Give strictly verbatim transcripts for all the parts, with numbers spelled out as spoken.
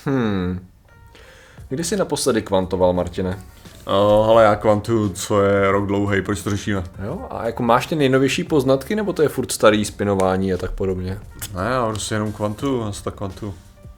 Hmm. Kdy jsi naposledy kvantoval, Martine? Uh, ale já kvantuju, co je rok dlouhej, proč to řešíme? Jo, a jako máš ty nejnovější poznatky, nebo to je furt starý spinování a tak podobně? Ne, já prostě jenom kvantuju, já se tak kvantuju.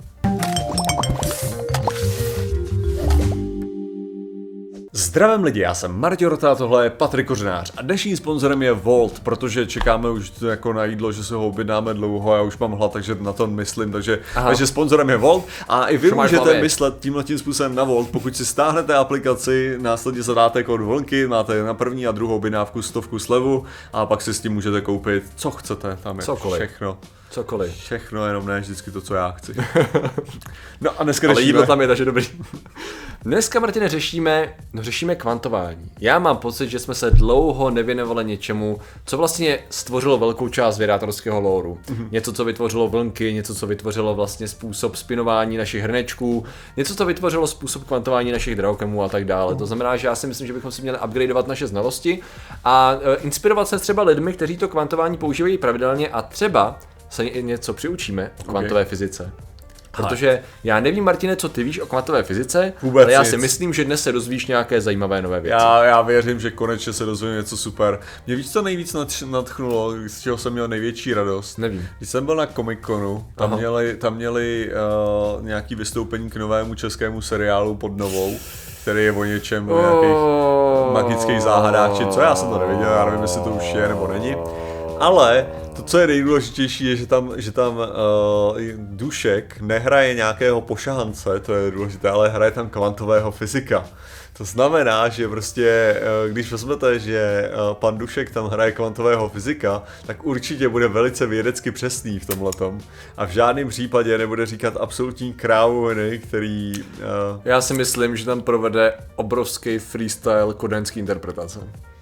Zdravím lidi, já jsem Martin Rota a tohle je Patrik Kořenář a dnešním sponzorem je Volt, protože čekáme už to jako na jídlo, že se ho objednáme dlouho a já už mám hlad, takže na to myslím, takže, takže sponzorem je Volt a i vy Šo můžete myslet tímhletím způsobem na Volt, pokud si stáhnete aplikaci, následně zadáte kód Vlnky, máte na první a druhou objednávku stovku slevu a pak si s tím můžete koupit, co chcete, tam je Cokoliv. Všechno. Cokoliv. Všechno, jenom ne vždycky to, co já chci. No a dneska Ale řešíme... jídlo tam je, takže dobrý. Dneska, Martine, řešíme, no řešíme kvantování. Já mám pocit, že jsme se dlouho nevěnovali něčemu, co vlastně stvořilo velkou část vědátorského lóru. Mm-hmm. Něco, co vytvořilo vlnky, něco, co vytvořilo vlastně způsob spinování našich hrnečků, něco, co vytvořilo způsob kvantování našich drahokemů a tak dále. Mm-hmm. To znamená, že já si myslím, že bychom si měli upgradeovat naše znalosti a e, inspirovat se třeba lidmi, kteří to kvantování používají pravidelně a třeba se něco přiučíme o kvantové okay. fyzice. Protože já nevím, Martine, co ty víš o kvantové fyzice, Vůbec ale já nic. si myslím, že dnes se dozvíš nějaké zajímavé nové věci. Já, já věřím, že konečně se dozvím něco super. Mě víš, co nejvíc nadchnulo, z čeho jsem měl největší radost? Nevím. Když jsem byl na Comic-Conu, tam Aha. měli, tam měli uh, nějaký vystoupení k novému českému seriálu Pod Novou, který je o něčem, o nějakých oh. magických záhadách, či co, já jsem to neviděl, já nevím, jestli to už je nebo není. Ale to, co je nejdůležitější, je, že tam, že tam uh, Dušek nehraje nějakého pošahance, to je důležité, ale hraje tam kvantového fyzika. To znamená, že prostě, uh, když vezmete, že uh, pan Dušek tam hraje kvantového fyzika, tak určitě bude velice vědecky přesný v tomhletom. A v žádném případě nebude říkat absolutní krávoviny, který... Uh... Já si myslím, že tam provede obrovský freestyle kodaňský interpretace.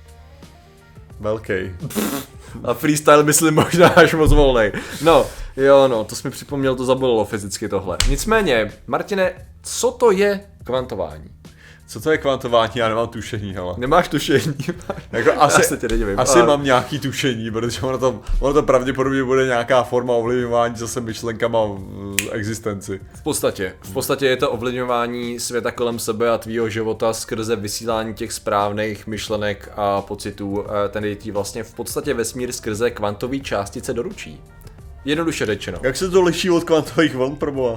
Velký. A freestyle myslím možná až moc volnej. No, jo no, to jsi mi připomněl, to zabolilo fyzicky tohle. Nicméně, Martine, co to je kvantování? Co to je kvantování? Já nemám tušení, hele. Nemáš tušení? Jako asi se tě nedivím. asi ale... mám nějaký tušení, protože ono to, ono to pravděpodobně bude nějaká forma ovlivňování zase myšlenkama v existenci. V podstatě. V podstatě je to ovlivňování světa kolem sebe a tvýho života skrze vysílání těch správných myšlenek a pocitů. Ten ti vlastně v podstatě vesmír skrze kvantové částice doručí. Jednoduše řečeno. Jak se to liší od kvantových vln, proboha?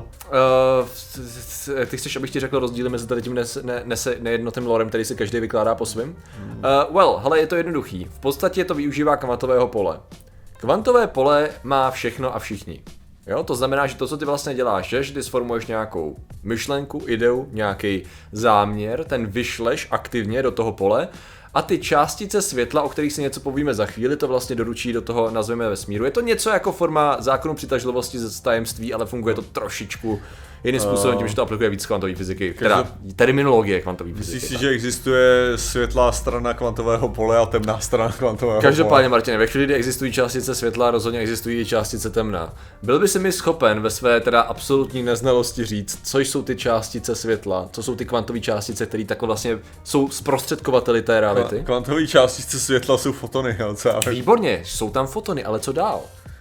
Uh, ty chceš, abych ti řekl rozdíly mezi tady tím nes, ne, nese, nejednotným lorem, který si každý vykládá po svým? Hmm. Uh, well, hele, je to jednoduchý. V podstatě to využívá kvantového pole. Kvantové pole má všechno a všichni. Jo, to znamená, že to, co ty vlastně děláš, je, že ty sformuješ nějakou myšlenku, ideu, nějaký záměr, ten vyšleš aktivně do toho pole a ty částice světla, o kterých si něco povíme za chvíli, to vlastně doručí do toho, nazveme vesmíru. Je to něco jako forma zákonu přitažlivosti ze tajemství, ale funguje to trošičku jiným způsobem, tím, že to aplikuje víc kvantové fyziky, teda terminologie kvantové fyziky. Myslíš si, že existuje světlá strana kvantového pole a temná strana kvantového pole? Každopádně, Martine, ve chvíli, kdy existují částice světla, rozhodně existují i částice temna. Byl by si mi schopen ve své teda absolutní neznalosti říct, co jsou ty částice světla, co jsou ty kvantové částice, které takhle vlastně jsou zprostředkovateli té reality? Kvantové částice světla jsou fotony, co já vím. Výborně, jsou tam fotony, ale co dál?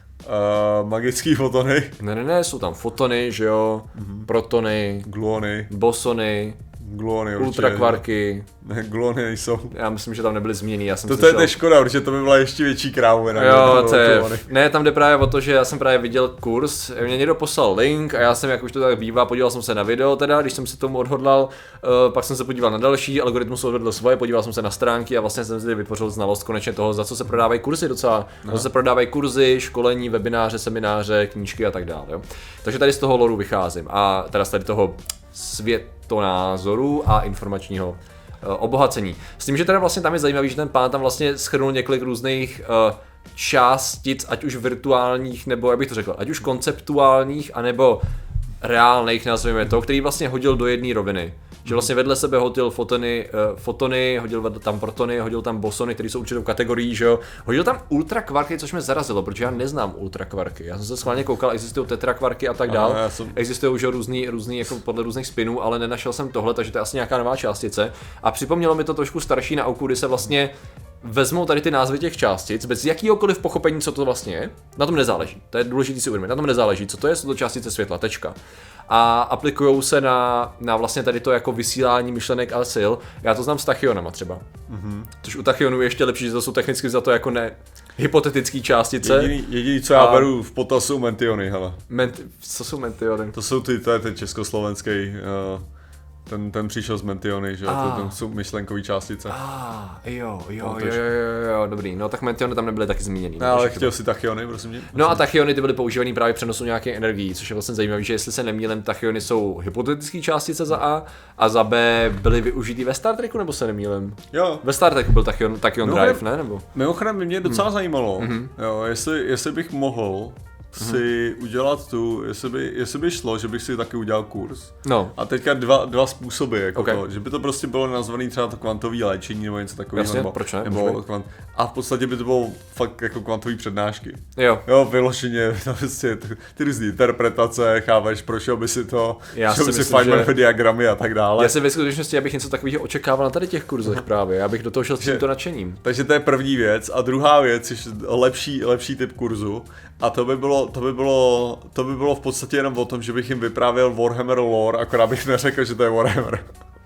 Uh, magický fotony. Ne, ne, ne, jsou tam fotony, že jo, mm-hmm. protony, gluony, bosony, gluony, ultrakvarky. Ne, gluony nejsou. Já myslím, že tam nebyly zmíněny. Já jsem to slyšel... je škoda, protože to by byla ještě větší krávovina. Jo, to je... Ne, tam jde právě o to, že já jsem právě viděl kurz, mě někdo poslal link a já jsem, jak už to tak bývá, podíval jsem se na video teda, když jsem se tomu odhodlal, uh, pak jsem se podíval na další, algoritmus odvedl svoje, podíval jsem se na stránky a vlastně jsem si vytvořil znalost konečně toho, za co se prodávají kurzy docela. Za co se prodávají kurzy, školení, webináře, semináře, knížky a tak dále. Jo. Takže tady z toho loru vycházím a teda z tady toho světonázoru a informačního uh, obohacení. S tím, že teda vlastně tam je zajímavý, že ten pán tam vlastně shrnul několik různých uh, částic, ať už virtuálních, nebo jak bych to řekl, ať už konceptuálních, anebo reálných, nazveme to, který vlastně hodil do jedné roviny. Že vlastně vedle sebe hodil fotony, uh, fotony, hodil tam protony, hodil tam bosony, které jsou určitou kategorií, že jo. Hodil tam ultrakvarky, což mě zarazilo, protože já neznám ultrakvarky. Já jsem se schválně koukal, existují tetrakvarky a tak dále. Jsem... Existují už různý, různý jako podle různých spinů, ale nenašel jsem tohle, takže to je asi nějaká nová částice. A připomnělo mi to trošku starší nauku, kdy se vlastně vezmou tady ty názvy těch částic, bez jakýhokoliv pochopení, co to vlastně je, na tom nezáleží. To je důležité si uvědomit, na tom nezáleží, co to je, jsou to částice světla, tečka. A aplikujou se na, na vlastně tady to jako vysílání myšlenek a sil. Já to znám s tachionama třeba. Mm-hmm. Což u tachionů je ještě lepší, že to jsou technicky za to jako ne hypotetické částice. Jediný, jediný co já a... beru v potaz jsou mentiony, hele. Ment, co jsou mentiony? To jsou ty, to je ten československý, uh, ten, ten přišel z mentiony, že ah. to, to jsou myšlenkový částice. Ah, jo, jo, no, jo, jo, jo, jo, dobrý, no tak mentiony tam nebyly taky zmíněný. No, ale chtěl si tachyony, prosím tě. No a tachyony ty byly používaný právě přenosu nějaké energií, což je vlastně zajímavé, že jestli se nemýlím, tachyony jsou hypotetické částice za A a za B byly využitý ve Star Treku, nebo se nemýlím? Jo. Ve Star Treku byl tachyon, tachyon no, drive, ne? Nebo? Mimochodem by mě docela hmm. zajímalo, hmm. jo, jestli, jestli bych mohl si mm-hmm. udělat tu, jestli by, jestli by šlo, že bych si taky udělal kurz. No. A teďka dva, dva způsoby, jako okay. to, že by to prostě bylo nazvaný třeba to kvantový léčení nebo něco takového. Jasně, nebo, proč ne? Nebo kvant, a v podstatě by to bylo fakt jako kvantový přednášky. Jo. Jo, vyloženě, prostě ty, ty různý interpretace, chápeš, prošel by si to, já šel by si Feynmanové že... diagramy a tak dále. Já si ve skutečnosti, abych něco takového očekával na tady těch kurzech no. právě, já bych do toho šel s tímto nadšením. Takže to je první věc a druhá věc, je lepší, lepší typ kurzu a to by bylo, to by bylo To by bylo v podstatě jenom o tom, že bych jim vyprávěl Warhammer lore, akorát bych neřekl, že to je Warhammer.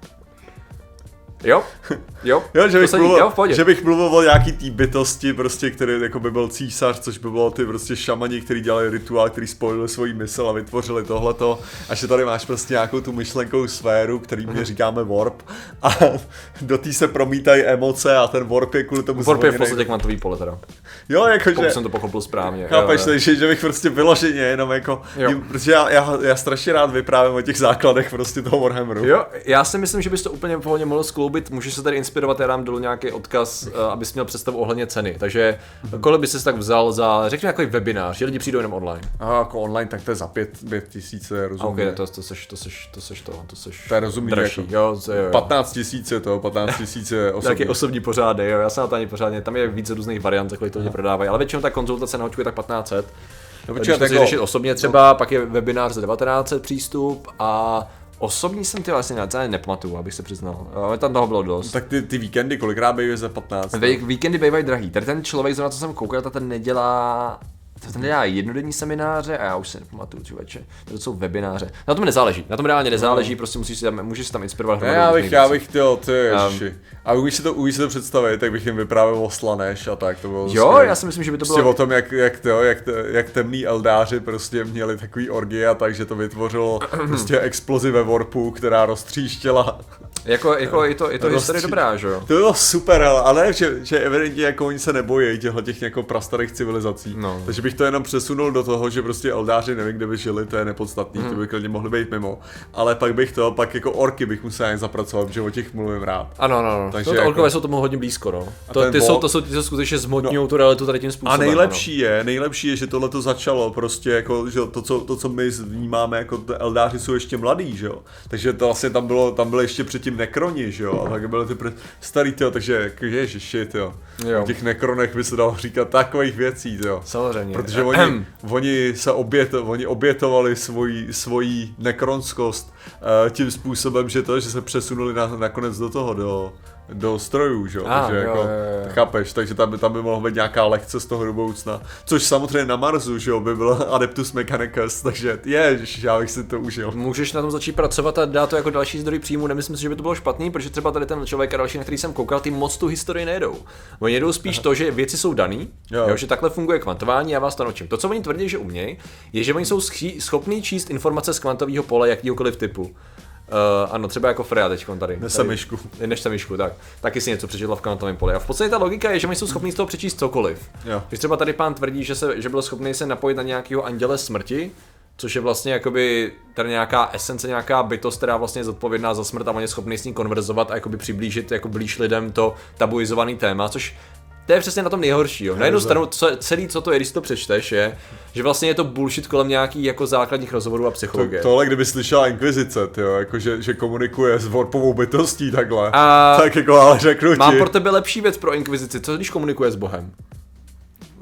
Jo, jo, jo, že, bych sadí, mluvil, jo že bych mluvil o nějaký té bytosti, prostě, který jako by byl císař, což by bylo ty prostě šamani, kteří dělali rituál, který spojili svoji mysl a vytvořili tohleto. A že tady máš prostě nějakou tu myšlenkovou sféru, který my říkáme warp. A do té se promítají emoce a ten warp je kvůli tomu warp je v podstatě kvantový pole teda. Jo, jakože... Pokud jsem to pochopil správně. Chápeš, že, že bych prostě vyloženě jenom jako... Jim, protože já, já, já strašně rád vyprávím o těch základech prostě toho Warhammeru. Jo, já si myslím, že bys to úplně pohodně mohl skloubit. Můžeš se tady inspirovat, já dám dolů nějaký odkaz, abys měl představu ohledně ceny. Takže mm-hmm. kolik bys se tak vzal za, řekněme, jako webinář, že lidi přijdou jenom online. A jako online, tak to je za pět, pět tisíc, rozumí. Ok, to, to seš, to seš, to seš to, to seš to je rozumí, dražší. Jako jo, to, jo, jo. patnáct tisíc je to, patnáct tisíc je osobní. Taky osobní pořády, jo, já jsem na to ani pořádně, tam je víc různých variant, za kolik to lidi prodávají, ale většinou ta konzultace na hoďku je tak patnáct set. No, když jako, si řešit osobně třeba, no. Pak je webinář za devatenáct set přístup a osobní jsem ty vlastně ne, nepamatuju, abych se přiznal, ale tam toho bylo dost. Tak ty, ty víkendy kolikrát bývají za patnáct? Ve, víkendy bývají drahý, tady ten člověk, zrovna co jsem koukal, ten nedělá... To nedělá jednodenní semináře a já už se nepamatuju, člověče. To jsou webináře. Na tom nezáleží, na tom reálně nezáleží, no. Prostě musíš si tam, můžeš si tam inspirovat. Ne, já bych, já bych, tyjo, ty ježiši. Um, a umíš si to, umíš si to představit, tak bych jim vyprávěl o Slanesh a tak, to bylo jo, skvělé. Já si myslím, že by to prostě bylo... o tom, jak, jak, tyjo, jak, jak temný eldáři prostě měli takový orgie a tak, že to vytvořilo prostě explozi ve warpu, která roztříštěla. Jako, jako je to, je to historie dobrá, že jo? To bylo super, ale ne, že, že evidentně jako oni se nebojí těchto těch jako prastarých civilizací. No. Takže bych to jenom přesunul do toho, že prostě eldáři nevím, kde by žili, to je nepodstatný, hmm. to by klidně mohli být mimo. Ale pak bych to, pak jako orky bych musel nějak zapracovat, protože o těch mluvím rád. Ano, ano, ano. Takže no, to jako... orkové jsou tomu hodně blízko, no. To, ty, jsou, to jsou ty, co skutečně zmotňují no. tu realitu tady tím způsobem. A nejlepší ano. je, nejlepší je, že tohle to začalo prostě jako, že to, co, to, co my vnímáme jako eldáři jsou ještě mladí, že jo. Takže to vlastně tam bylo, tam byly ještě předtím nekroni, že jo. A tak byly ty pr- starý, tyjo, takže ježiši, jo. O těch nekronech by se dalo říkat takových věcí, jo. Samozřejmě. Protože oni, oni se oběto, oni obětovali svoji, svoji nekronskost uh, tím způsobem, že to, že se přesunuli na, nakonec do toho, do, do strojů, že? Ah, takže jo, jako, jo, jo. chápeš, takže tam by, tam by mohla být nějaká lekce z toho do budoucna, což samozřejmě na Marsu, že jo, by byl Adeptus Mechanicus, takže ježiš, já bych si to užil. Můžeš na tom začít pracovat a dát to jako další zdroj příjmu, nemyslím si, že by to bylo špatný, protože třeba tady ten člověk a další, na který jsem koukal, ty moc tu historii nejedou. Oni jedou spíš Aha. to, že věci jsou daný, jo. Jo, že takhle funguje kvantování, já vás to naučím. To, co oni tvrdí, že umějí, je, že oni jsou schopní číst informace z kvantového pole jakýhokoliv typu. Uh, ano, třeba jako Freja teďkon tady. Nese myšku. Nese myšku, tak. Taky si něco přečetla v kvantovém poli. A v podstatě ta logika je, že oni jsou schopní z toho přečíst cokoliv. Jo. Když třeba tady pán tvrdí, že, se, že byl schopný se napojit na nějakého anděle smrti, což je vlastně jakoby tady nějaká esence, nějaká bytost, která vlastně je zodpovědná za smrt a on je schopný s ní konverzovat a jakoby přiblížit jako blíž lidem to tabuizovaný téma, což to je přesně na tom nejhorší, jo. Na jednu stranu co, celý, co to je, když to přečteš, je, že vlastně je to bullshit kolem nějakých jako základních rozhovorů a psychologie. To, tohle, kdyby slyšela Inkvizice, tyjo, jako že, že komunikuje s warpovou bytostí takhle, a tak jako ale řeknu ti. Mám pro tebe lepší věc pro Inkvizici, co když komunikuje s Bohem?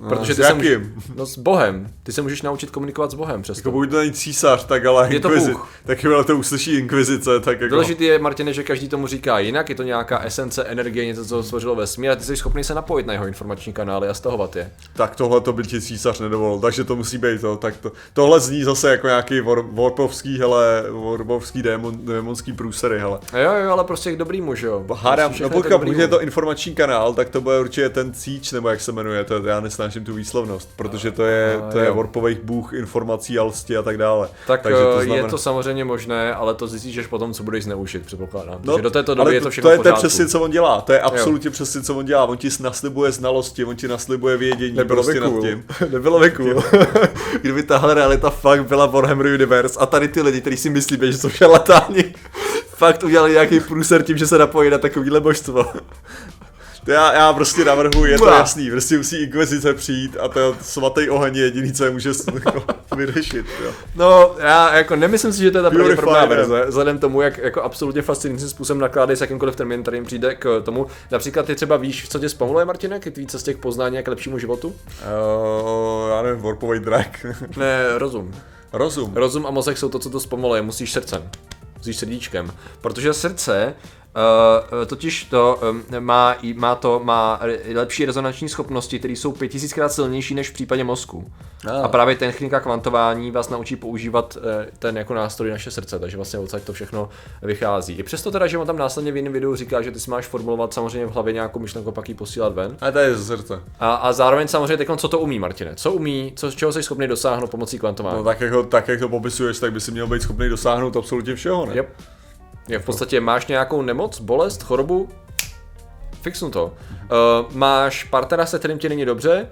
Protože s ty se jakým? můžeš, no s Bohem. Ty se můžeš naučit komunikovat s Bohem přesto. Jako buď to není císař, tak ale Je to inkvizit. Bůh. Tak jakmile to uslyší inkvizice, tak jako... Důležitý je, Martine, že každý tomu říká jinak, je to nějaká esence, energie, něco, co stvořilo vesmír a ty jsi schopný se napojit na jeho informační kanály a stahovat je. Tak tohle to by ti císař nedovolil, takže to musí být to. Tak to tohle zní zase jako nějaký war, warpovský, hele, warpovský démon, démonský průsery, hele. Jo, jo, ale prostě k dobrýmu, že jo. Hádám, Všechno no je pokud dobrýmu. je to informační kanál, tak to bude určitě ten Cíč, nebo jak se jmenuje, to já nesnáším tu výslovnost, protože to je, to je warpových bůh informací, alsti a tak dále. Tak takže to je znamená... to samozřejmě možné, ale to zjistíš až potom, co budeš zneužit, předpokládám. No, Takže do této doby ale je to to, všechno to je, v to je pořádku. přesně, co on dělá, to je absolutně jo. přesně, co on dělá, on ti naslibuje znalosti, on ti naslibuje vědění. Nebylo prostě by cool. nad tím. Nebylo by cool. Kdyby tahle realita fakt byla Warhammer Universe a tady ty lidi, kteří si myslí, že jsou šarlatáni, fakt udělali nějaký průser tím, že se napojí na takovýhle božstvo. To já, já prostě navrhuji, je to jasný, prostě musí inkvizice přijít a to svatý oheň je jediný, co je může jako vyřešit. Jo. No, já jako nemyslím si, že to je ta Purify, pravděpodobná ne. verze, vzhledem tomu, jak jako absolutně fascinujícím způsobem nakládají s jakýmkoliv termínem, který jim přijde k tomu. Například ty třeba víš, co tě zpomaluje, Martine, k tvý cestě k poznání a k lepšímu životu? Uh, já nevím, warpový drak. Ne, rozum. Rozum. Rozum a mozek jsou to, co to zpomaluje, musíš srdcem. Musíš srdíčkem, protože srdce Uh, totiž to um, má, má to má lepší rezonanční schopnosti, které jsou pět tisíckrát silnější než v případě mozku. Ah. A právě technika kvantování vás naučí používat uh, ten jako nástroj naše srdce, takže vlastně odsaď to všechno vychází. I přesto teda, že on tam následně v jiném videu říká, že ty si máš formulovat samozřejmě v hlavě nějakou myšlenku, pak ji posílat ven. A to je ze srdce. A, a zároveň samozřejmě teď, co to umí, Martine? Co umí, co, čeho jsi schopný dosáhnout pomocí kvantování? No tak, jako, tak jak to popisuješ, tak by si měl být schopný dosáhnout absolutně všeho, ne? Yep. Je v podstatě máš nějakou nemoc, bolest, chorobu, fixnu to. Uh, máš partnera, se kterým ti není dobře,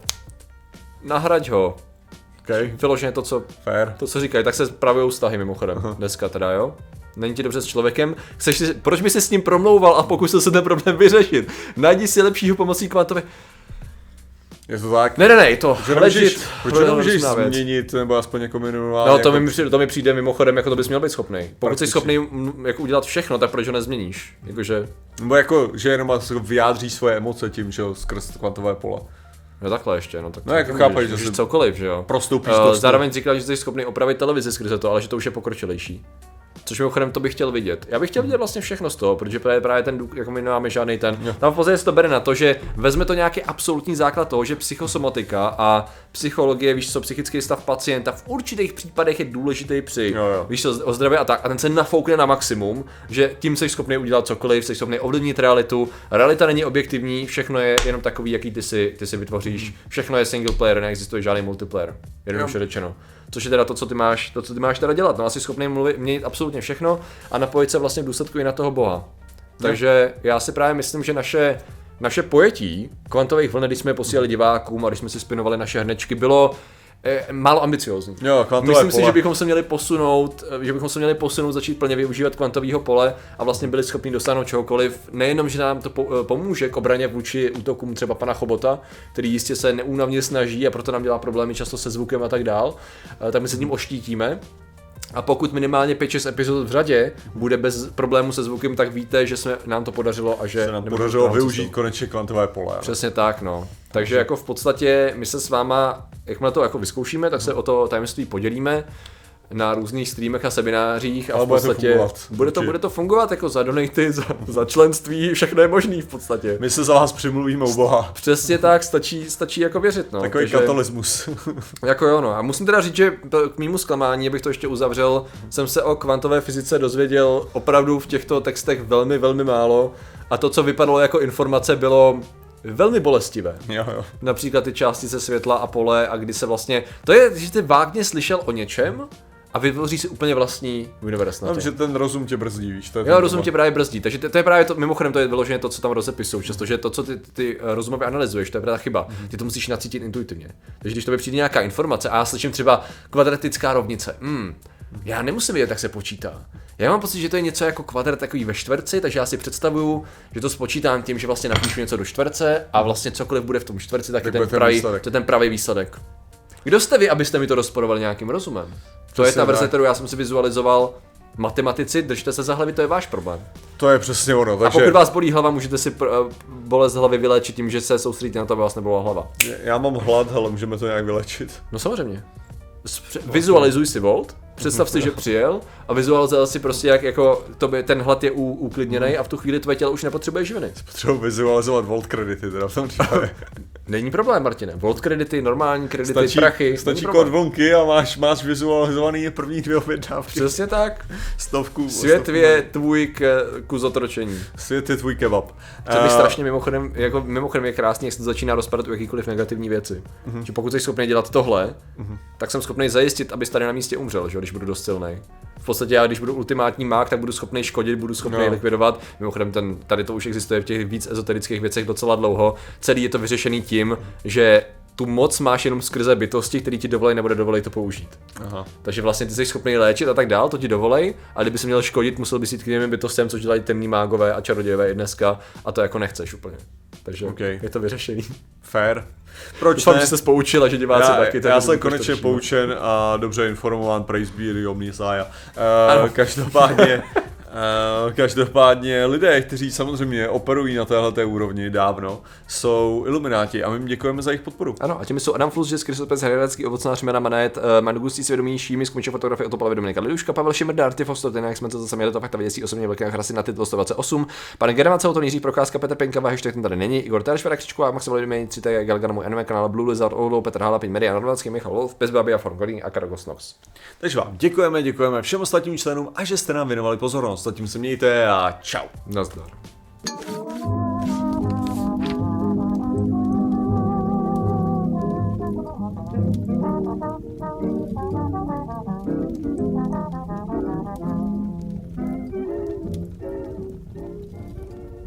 nahraď ho. Okay. Vyloženě to, co, Fair. to, co říkají, tak se spravují vztahy mimochodem, uh-huh. dneska teda, jo. Není ti dobře s člověkem, chceš si, proč by si s ním promlouval a pokusil se ten problém vyřešit? Najdi si lepšího pomocí kvantové. Je to tak? Ne, ne, ne, to proč to nemůžeš změnit, nebo aspoň jako minimálně? No to, jako... mi, přijde, to mi přijde mimochodem, jako to bys měl být schopný. Pokud jsi schopný jako udělat všechno, tak proč ho nezměníš? Jakože... Nebo jako, že jenom vyjádří svoje emoce tím, že jo, skrz kvantové pole. No takhle ještě, no tak. No jako chápeš, že si cokoliv, že jo. Prostoupíš uh, Zároveň říkal, že jsi schopný opravit televizi skrze to, ale že to už je pokročilejší. Což mimochodem to bych chtěl vidět. Já bych chtěl vidět vlastně všechno z toho, protože právě, právě ten, jako my nemáme žádný ten. Jo. Tam v podstatě se to bere na to, že vezme to nějaký absolutní základ toho, že psychosomatika a psychologie, víš co, psychický stav pacienta v určitých případech je důležitý při, jo, jo. víš co, o zdraví a tak. A ten se nafoukne na maximum, že tím jsi schopný udělat cokoliv, jsi schopný ovlivnit realitu. Realita není objektivní, všechno je jenom takový, jaký ty si, ty si vytvoříš. Všechno je single player, neexistuje žádný multiplayer. Jednoduše řečeno. Což je teda to, co ty máš, to, co ty máš teda dělat. No, asi schopný mluvit, měnit absolutně všechno a napojit se vlastně v důsledku i na toho boha. Takže já si právě myslím, že naše, naše pojetí kvantových vln, když jsme je posílali divákům a když jsme si spinovali naše hrnečky, bylo eh, málo ambiciózní. Jo, myslím pole. si, že bychom se měli posunout, že bychom se měli posunout, začít plně využívat kvantového pole a vlastně byli schopni dosáhnout čehokoliv. Nejenom, že nám to pomůže k obraně vůči útokům třeba pana Chobota, který jistě se neúnavně snaží a proto nám dělá problémy často se zvukem a tak dál, tak my se tím oštítíme. A pokud minimálně pět šest epizod v řadě bude bez problému se zvukem, tak víte, že se nám to podařilo a že se nám podařilo využít konečně kvantové pole. Přesně tak, no. Takže jako v podstatě my se s váma, jakmile to jako vyzkoušíme, tak se o to tajemství podělíme na různých streamech a seminářích a ale v podstatě bude to fungovat, bude to, bude to fungovat jako za donaty, za, za členství, všechno je možný v podstatě. My se za vás přimluvíme u Boha. Přesně tak, stačí, stačí jako věřit, no. Takový Takže, katolismus. jako jo, no. A musím teda říct, že k mému zklamání, abych to ještě uzavřel, jsem se o kvantové fyzice dozvěděl opravdu v těchto textech velmi, velmi málo a to, co vypadalo jako informace, bylo velmi bolestivé. Jo, jo. Například ty částice světla a pole a kdy se vlastně, to je, že ty vágně slyšel o něčem a vytvoří si úplně vlastní univerz na to. No, že ten rozum tě brzdí, víš. To je jo, rozum tě právě brzdí, takže to, to je právě to, mimochodem to je vyloženě to, co tam rozepisují, často, že to, co ty, ty rozumově analyzuješ, to je právě ta chyba, mm-hmm. ty to musíš nacítit intuitivně. Takže když to přijde nějaká informace a já slyším třeba kvadratická rovnice, hmm, já nemusím vědět, jak se počítá. Já mám pocit, že to je něco jako kvadrat takový ve čtverci, takže já si představuju, že to spočítám tím, že vlastně napíšu něco do čtverce a vlastně cokoliv bude v tom čtverci, tak, tak je ten pravý, to je ten pravý výsledek. Kdo jste vy, abyste mi to rozporovali nějakým rozumem? To, to je ta verze, kterou já jsem si vizualizoval. Matematici, držte se za hlavy, to je váš problém. To je přesně ono. Takže... A pokud vás bolí hlava, můžete si pr- bolest hlavy vyléčit tím, že se soustředíte na to, aby vás nebola hlava. Já mám hlad, hele, můžeme to nějak vylečit. No samozřejmě. Vizualizuj si Volt, představ si, že přijel a vizualizoval si prostě, jak jako to by, ten hlad je u, uklidněný a v tu chvíli tvoje tělo už nepotřebuje živiny. Potřebuji vizualizovat Volt kredity, teda v tom případě. Není problém, Martine. Volt kredity, normální kredity, stačí, prachy. Stačí kód vlnky a máš, máš vizualizovaný první dvě objednávky. Přesně tak. Stovku. Svět je tvůj k, kus otročení. Svět je tvůj kebab. To by strašně mimochodem, jako mimochodem je krásně, jak se to začíná rozpadat u jakýkoliv negativní věci. Uh-huh. Že pokud jsi schopný dělat tohle, uh-huh. tak jsem schopný zajistit, abys tady na místě umřel, že, když budu dost silnej. V podstatě já, když budu ultimátní mák, tak budu schopný škodit, budu schopný no. likvidovat. Mimochodem ten, tady to už existuje v těch víc ezoterických věcech docela dlouho. Celý je to vyřešený tím, že tu moc máš jenom skrze bytosti, který ti dovolej nebude dovolej to použít. Aha. Takže vlastně ty jsi schopný léčit a tak dál, to ti dovolej, a kdyby si měl škodit, musel bys jít k těm bytostem, což dělají temní mágové a čarodějové i dneska, a to jako nechceš úplně. Takže okay. je to vyřešený. Fair. Proč Doufám, ne? že jste spoučil a že diváci já, taky. Já jsem konečně poučen a dobře informován, praise be the Omnisája. Uh, každopádně, uh, každopádně lidé, kteří samozřejmě operují na téhleté úrovni dávno, jsou ilumináti a my jim děkujeme za jejich podporu. Ano, a těmi jsou Adam Flus, Jess Kristopec, Hradecký, Ovocnář, Jména Manet, uh, Mandugustý svědomí, Šími, Skonče fotografie, Otopala, Dominika Liduška, Pavel Šimr, Darty, Fostotina, jak jsme to zase měli, to fakt věcí osobně velké hrasy na titul sto dvacet osm, pan Geramace, Oton Jiří Procházka, Petr Penkava, hashtag ten tady není, Igor Teršverek, Čičková, Maxim Lidemej, tři T, Galgan, můj anime kanál, Blue Lizard, Olo, Petr Halapin, Marian Radovanský, Michal Wolf, Bezbabi a Forgoling a Karagos Nox. Takže vám děkujeme, děkujeme všem ostatním členům a že jste nám věnovali pozornost. Zatím se mějte a čau. Nazdar. Thank you.